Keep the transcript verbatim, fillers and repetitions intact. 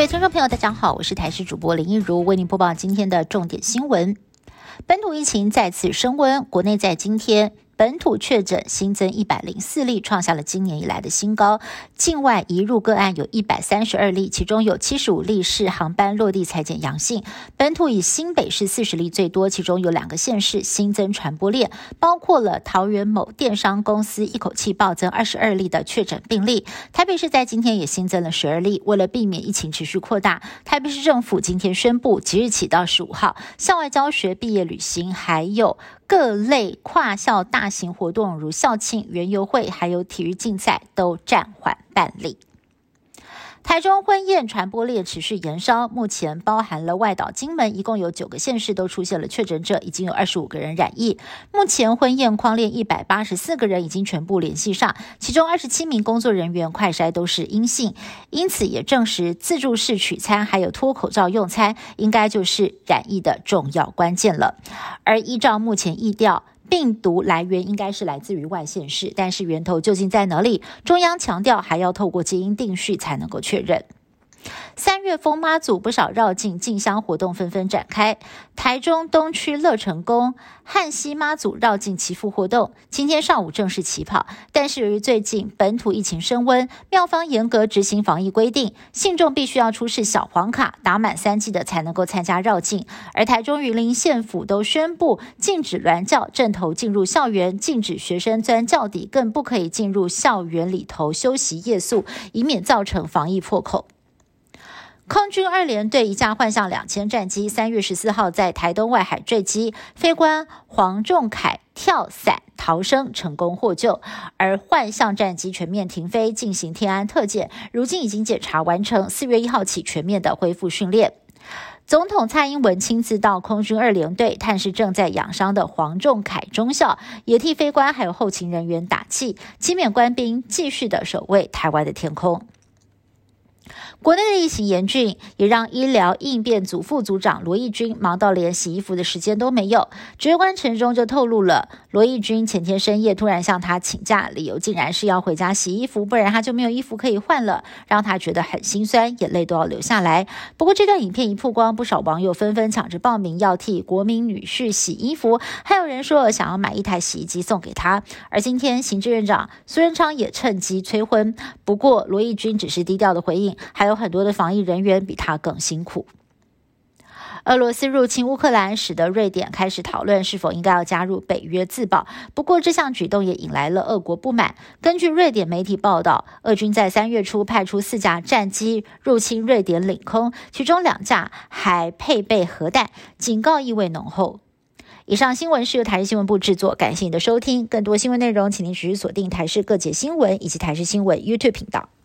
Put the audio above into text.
位听众朋友，大家好，我是台视主播林一如，为您播报今天的重点新闻。本土疫情再次升温，国内在今天本土确诊新增一百零四例，创下了今年以来的新高。境外移入个案有一百三十二例，其中有七十五例是航班落地采检阳性。本土以新北市四十例最多，其中有两个县市新增传播链，包括了桃园某电商公司一口气暴增二十二例的确诊病例。台北市在今天也新增了十二例。为了避免疫情持续扩大，台北市政府今天宣布，即日起到十五号，校外教学、毕业旅行还有各类跨校大型活动，如校庆、园游会还有体育竞赛都暂缓办理。台中婚宴传播链持续延烧，目前包含了外岛、金门，一共有九个县市都出现了确诊者，已经有二十五个人染疫。目前婚宴匡列一百八十四个人已经全部联系上，其中二十七名工作人员快筛都是阴性，因此也证实自助式取餐还有脱口罩用餐应该就是染疫的重要关键了。而依照目前疫调，病毒来源应该是来自于外县市，但是源头究竟在哪里？中央强调还要透过基因定序才能够确认。三月风妈祖不少绕境进香活动纷纷展开，台中东区乐成宫汉西妈祖绕境祈福活动今天上午正式起跑，但是由于最近本土疫情升温，庙方严格执行防疫规定，信众必须要出示小黄卡，打满三剂的才能够参加绕境。而台中云林县府都宣布禁止銮轿阵头进入校园，禁止学生钻轿底，更不可以进入校园里头休息夜宿，以免造成防疫破口。空军二联队一架幻象两千战机三月十四号在台东外海坠机，飞官黄仲凯跳伞逃生成功获救，而幻象战机全面停飞进行天安特检，如今已经检查完成，四月一号起全面的恢复训练。总统蔡英文亲自到空军二联队探视正在养伤的黄仲凯中校，也替飞官还有后勤人员打气，期勉官兵继续的守卫台湾的天空。国内的疫情严峻，也让医疗应变组副组长罗义军忙到连洗衣服的时间都没有。指挥官陈忠就透露了，罗义军前天深夜突然向他请假，理由竟然是要回家洗衣服，不然他就没有衣服可以换了，让他觉得很心酸，眼泪都要流下来。不过这段影片一曝光，不少网友纷纷抢着报名要替国民女婿洗衣服，还有人说想要买一台洗衣机送给他。而今天行政院长苏贞昌也趁机催婚，不过罗义军只是低调的回应，还有很多的防疫人员比他更辛苦。俄罗斯入侵乌克兰，使得瑞典开始讨论是否应该要加入北约自保。不过这项举动也引来了俄国不满。根据瑞典媒体报道，俄军在三月初派出四架战机入侵瑞典领空，其中两架还配备核弹，警告意味浓厚。以上新闻是由台视新闻部制作，感谢你的收听。更多新闻内容，请您持续锁定台视各节新闻以及台视新闻 YouTube 频道。